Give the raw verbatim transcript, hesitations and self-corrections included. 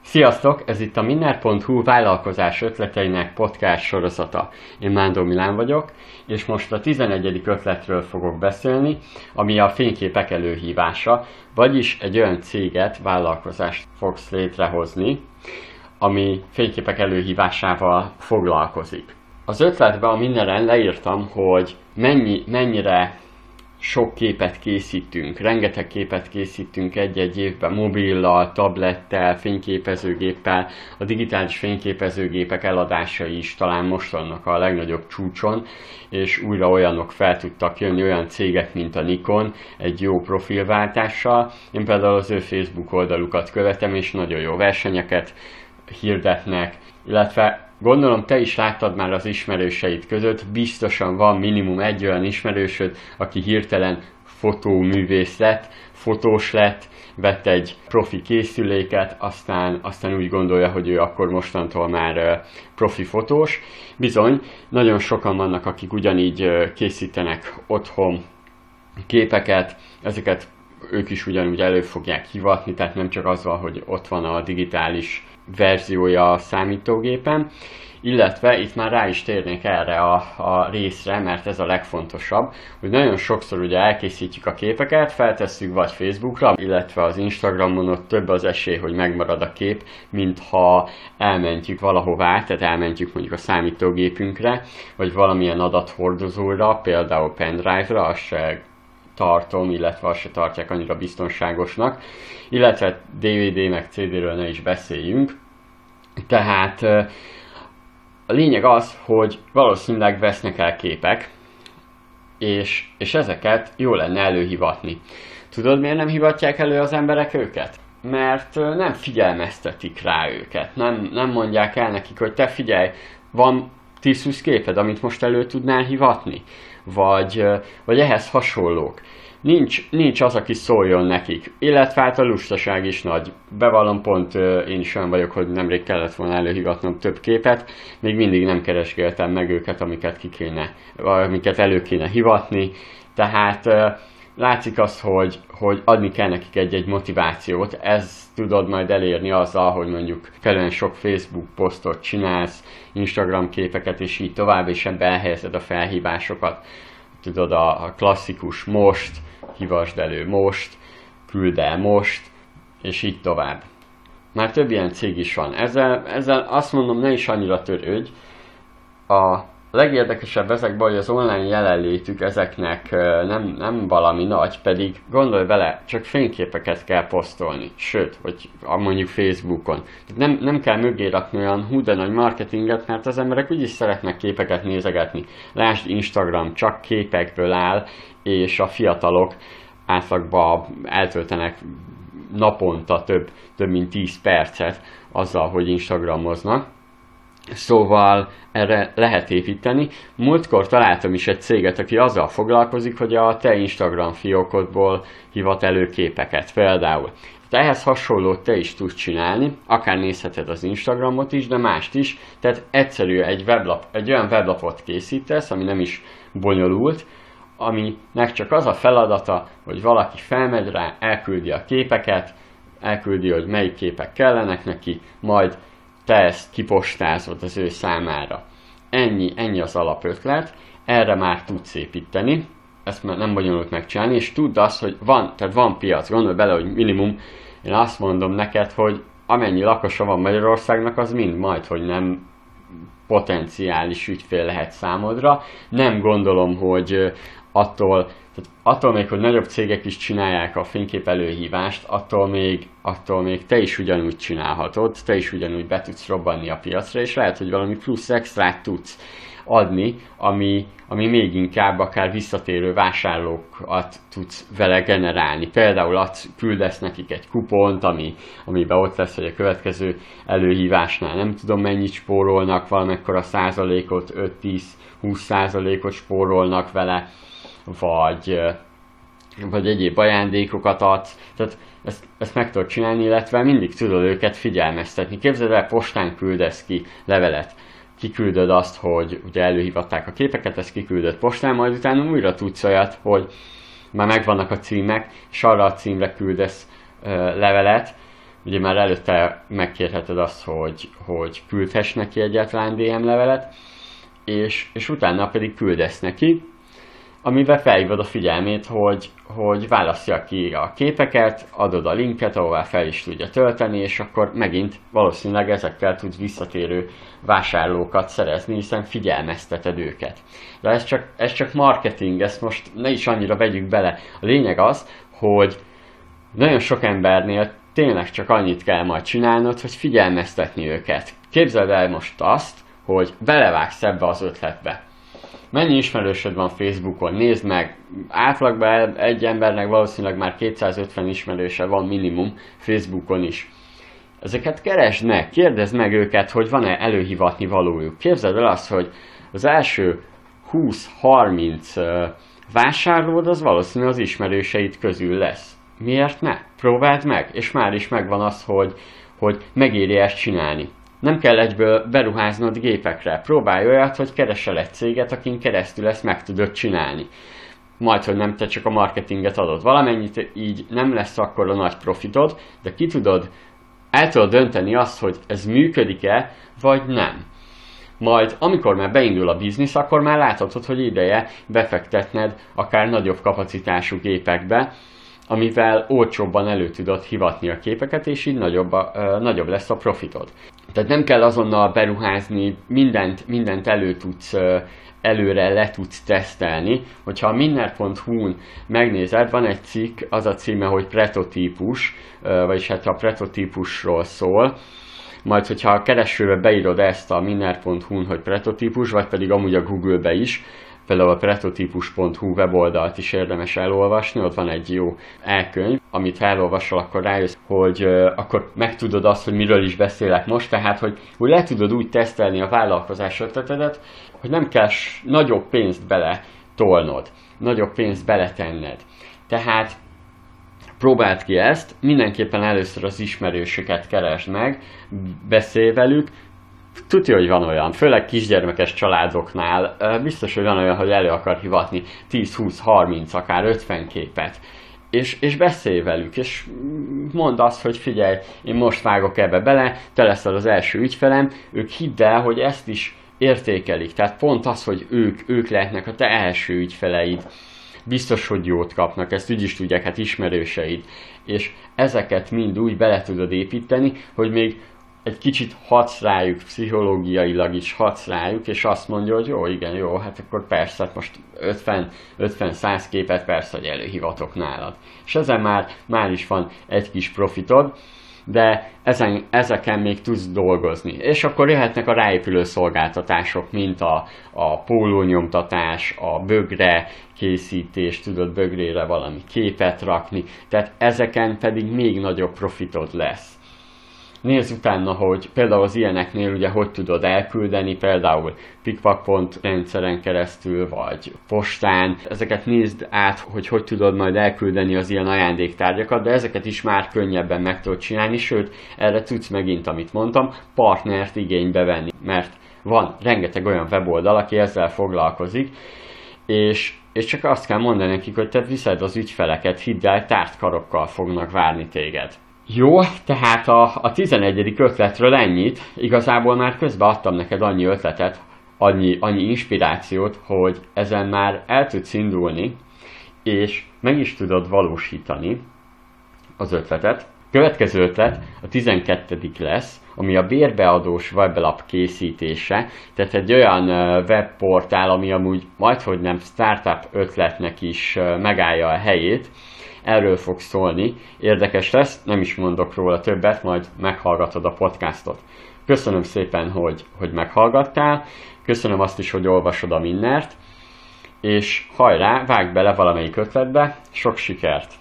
Sziasztok! Ez itt a minner pont hu vállalkozás ötleteinek podcast sorozata. Én Mándor Milán vagyok, és most a tizenegyedik ötletről fogok beszélni, ami a fényképek előhívása, vagyis egy olyan céget, vállalkozást fogsz létrehozni, ami fényképek előhívásával foglalkozik. Az ötletben a Minneren leírtam, hogy mennyi, mennyire sok képet készítünk, rengeteg képet készítünk egy-egy évben mobillal, tablettel, fényképezőgéppel. A digitális fényképezőgépek eladásai is talán most vannak a legnagyobb csúcson, és újra olyanok fel tudtak jönni, olyan cégek, mint a Nikon, egy jó profilváltással. Én például az ő Facebook oldalukat követem, és nagyon jó versenyeket hirdetnek, illetve gondolom te is láttad már az ismerőseid között, biztosan van minimum egy olyan ismerősöd, aki hirtelen fotóművész lett, fotós lett, vett egy profi készüléket, aztán, aztán úgy gondolja, hogy ő akkor mostantól már profi fotós. Bizony, nagyon sokan vannak, akik ugyanígy készítenek otthon képeket, ezeket ők is ugyanúgy elő fogják hivatni, tehát nem csak az van, hogy ott van a digitális verziója a számítógépen, illetve itt már rá is térnék erre a, a részre, mert ez a legfontosabb, hogy nagyon sokszor ugye elkészítjük a képeket, feltesszük vagy Facebookra, illetve az Instagramon, ott több az esély, hogy megmarad a kép, mint ha elmentjük valahová, tehát elmentjük mondjuk a számítógépünkre, vagy valamilyen adathordozóra, például pendrive-ra, azt se tartom, illetve azt se tartják annyira biztonságosnak, illetve dé vé dé meg cé dé-ről ne is beszéljünk. Tehát a lényeg az, hogy valószínűleg vesznek el képek, és, és ezeket jó lenne előhivatni. Tudod, miért nem hivatják elő az emberek őket? Mert nem figyelmeztetik rá őket, nem, nem mondják el nekik, hogy te figyelj, van tíz-húsz képed, amit most elő tudnál hivatni? Vagy, vagy ehhez hasonlók. Nincs, nincs az, aki szóljon nekik, illetve hát a lustaság is nagy. Bevallom, pont én is olyan vagyok, hogy nemrég kellett volna előhivatnom több képet, még mindig nem keresgéltem meg őket, amiket, ki kéne, amiket elő kéne hivatni, tehát látszik az, hogy, hogy adni kell nekik egy-egy motivációt, ez tudod majd elérni azzal, hogy mondjuk kellően sok Facebook posztot csinálsz, Instagram képeket és így tovább, és ebbe elhelyezed a felhívásokat. Tudod, a, a klasszikus most, hívasd elő most, küld el most, és így tovább. Már több ilyen cég is van. Ezzel, ezzel azt mondom, ne is annyira törődj. A legérdekesebb ezekben, hogy az online jelenlétük ezeknek nem, nem valami nagy, pedig gondolj bele, csak fényképeket kell posztolni, sőt, vagy mondjuk Facebookon. Nem, nem kell mögé rakni olyan hú de nagy marketinget, mert az emberek úgyis szeretnek képeket nézegetni. Lásd, Instagram csak képekből áll, és a fiatalok átlagban eltöltenek naponta több, több mint tíz percet azzal, hogy instagramoznak. Szóval erre lehet építeni. Múltkor találtam is egy céget, aki azzal foglalkozik, hogy a te Instagram fiókodból hivat elő képeket például. Ehhez hasonlót te is tudsz csinálni, akár nézheted az Instagramot is, de mást is. Tehát egyszerű egy, weblap, egy olyan weblapot készítesz, ami nem is bonyolult, aminek csak az a feladata, hogy valaki felmegy rá, elküldi a képeket, elküldi, hogy melyik képek kellenek neki, majd te ezt kipostázod az ő számára. Ennyi, ennyi az alapötlet, erre már tudsz építeni, ezt már nem bonyolult megcsinálni, és tudd azt, hogy van, tehát van piac, gondolj bele, hogy minimum, én azt mondom neked, hogy amennyi lakosa van Magyarországnak, az mind majd, hogy nem potenciális ügyfél lehet számodra. Nem gondolom, hogy attól, tehát attól még, hogy nagyobb cégek is csinálják a fénykép előhívást, attól még, attól még te is ugyanúgy csinálhatod, te is ugyanúgy be tudsz robbanni a piacra, és lehet, hogy valami plusz extrát tudsz adni, ami, ami még inkább akár visszatérő vásárlókat tudsz vele generálni. Például adsz, küldesz nekik egy kupont, ami, amiben ott lesz, hogy a következő előhívásnál nem tudom mennyit spórolnak, valamekkora százalékot, öt-tíz-húsz százalékot spórolnak vele, vagy, vagy egyéb ajándékokat adsz. Tehát ezt, ezt meg tudod csinálni, illetve mindig tudod őket figyelmeztetni. Képzeld el, postán küldesz ki levelet. Kiküldöd azt, hogy ugye előhívatták a képeket, ezt kiküldöd postán, majd utána újra tudsz olyat, hogy már megvannak a címek, és arra a címre küldesz ö, levelet, ugye már előtte megkérheted azt, hogy, hogy küldhess neki egyáltalán dé em levelet, és, és utána pedig küldesz neki, amivel felhívod a figyelmét, hogy, hogy válasszja ki a képeket, adod a linket, ahová fel is tudja tölteni, és akkor megint valószínűleg ezekkel tud visszatérő vásárlókat szerezni, hiszen figyelmezteted őket. De ez csak, ez csak marketing, ezt most ne is annyira vegyük bele. A lényeg az, hogy nagyon sok embernél tényleg csak annyit kell majd csinálnod, hogy figyelmeztetni őket. Képzeld el most azt, hogy belevágsz ebbe az ötletbe. Mennyi ismerősöd van Facebookon? Nézd meg, átlagban egy embernek valószínűleg már kétszázötven ismerőse van minimum Facebookon is. Ezeket keresd meg, kérdezd meg őket, hogy van-e előhivatni valójuk. Képzeld el azt, hogy az első húsz-harminc vásárlód az valószínűleg az ismerőseid közül lesz. Miért ne? Próbáld meg, és már is megvan az, hogy, hogy megéri ezt csinálni. Nem kell egyből beruháznod gépekre. Próbálj olyat, hogy keresel egy céget, akin keresztül ezt meg tudod csinálni. Majd, hogy nem te csak a marketinget adod. Valamennyit így nem lesz akkor a nagy profitod, de ki tudod, el tudod dönteni azt, hogy ez működik-e, vagy nem. Majd, amikor már beindul a biznisz, akkor már láthatod, hogy ideje befektetned akár nagyobb kapacitású gépekbe, amivel olcsóbban elő tudod hivatni a képeket, és így nagyobb, a, ö, nagyobb lesz a profitod. Tehát nem kell azonnal beruházni, mindent, mindent elő tudsz, ö, előre le tudsz tesztelni. Hogyha a minner pont hu-n megnézed, van egy cikk, az a címe, hogy pretotípus, ö, vagyis hát a pretotípusról szól. Majd, hogyha a keresőbe beírod ezt a minner pont hu-n, hogy pretotípus, vagy pedig amúgy a Google-be is, például a pretotípus pont hu weboldalt is érdemes elolvasni, ott van egy jó elkönyv, amit ha elolvasol, akkor rájössz, hogy uh, akkor megtudod azt, hogy miről is beszélek most, tehát hogy, hogy le tudod úgy tesztelni a vállalkozás ötletedet, hogy nem kell nagyobb pénzt bele tolnod, nagyobb pénzt beletenned. Tehát próbáld ki ezt, mindenképpen először az ismerősöket keresd meg, beszélj velük. Tudja, hogy van olyan, főleg kisgyermekes családoknál, biztos, hogy van olyan, hogy elő akar hivatni tíz, húsz, harminc, akár ötven képet. És, és beszélj velük, és mondd azt, hogy figyelj, én most vágok ebbe bele, te leszel az első ügyfelem, ők hidd el, hogy ezt is értékelik. Tehát pont az, hogy ők, ők lehetnek a te első ügyfeleid. Biztos, hogy jót kapnak, ezt úgy is tudják, hát ismerőseid. És ezeket mind úgy bele tudod építeni, hogy még egy kicsit hatsz rájuk, pszichológiailag is hatsz rájuk, és azt mondja, hogy jó, igen, jó, hát akkor persze, hát most ötven-száz képet persze, hogy előhivatok nálad. És ezen már, már is van egy kis profitod, de ezen, ezeken még tudsz dolgozni. És akkor jöhetnek a ráépülő szolgáltatások, mint a, a pólónyomtatás, a bögre készítés, tudod bögrére valami képet rakni, tehát ezeken pedig még nagyobb profitod lesz. Nézz utána, hogy például az ilyeneknél ugye hogy tudod elküldeni, például pikpak rendszeren keresztül, vagy postán. Ezeket nézd át, hogy hogy tudod majd elküldeni az ilyen ajándéktárgyakat, de ezeket is már könnyebben meg tudod csinálni, sőt, erre tudsz megint, amit mondtam, partnert igénybe venni, mert van rengeteg olyan weboldal, aki ezzel foglalkozik, és, és csak azt kell mondani nekik, hogy te viszed az ügyfeleket, hidd el, tárt karokkal fognak várni téged. Jó, tehát a, a tizenegyedik ötletről ennyit. Igazából már közben adtam neked annyi ötletet, annyi, annyi inspirációt, hogy ezen már el tudsz indulni, és meg is tudod valósítani az ötletet. Következő ötlet a tizenkettedik lesz, ami a bérbeadós weblap készítése, tehát egy olyan webportál, ami amúgy majdhogy nem startup ötletnek is megállja a helyét. Erről fog szólni, érdekes lesz, nem is mondok róla többet, majd meghallgatod a podcastot. Köszönöm szépen, hogy, hogy meghallgattál, köszönöm azt is, hogy olvasod a Minnert, és hajrá, vágj bele valamelyik ötletbe, sok sikert!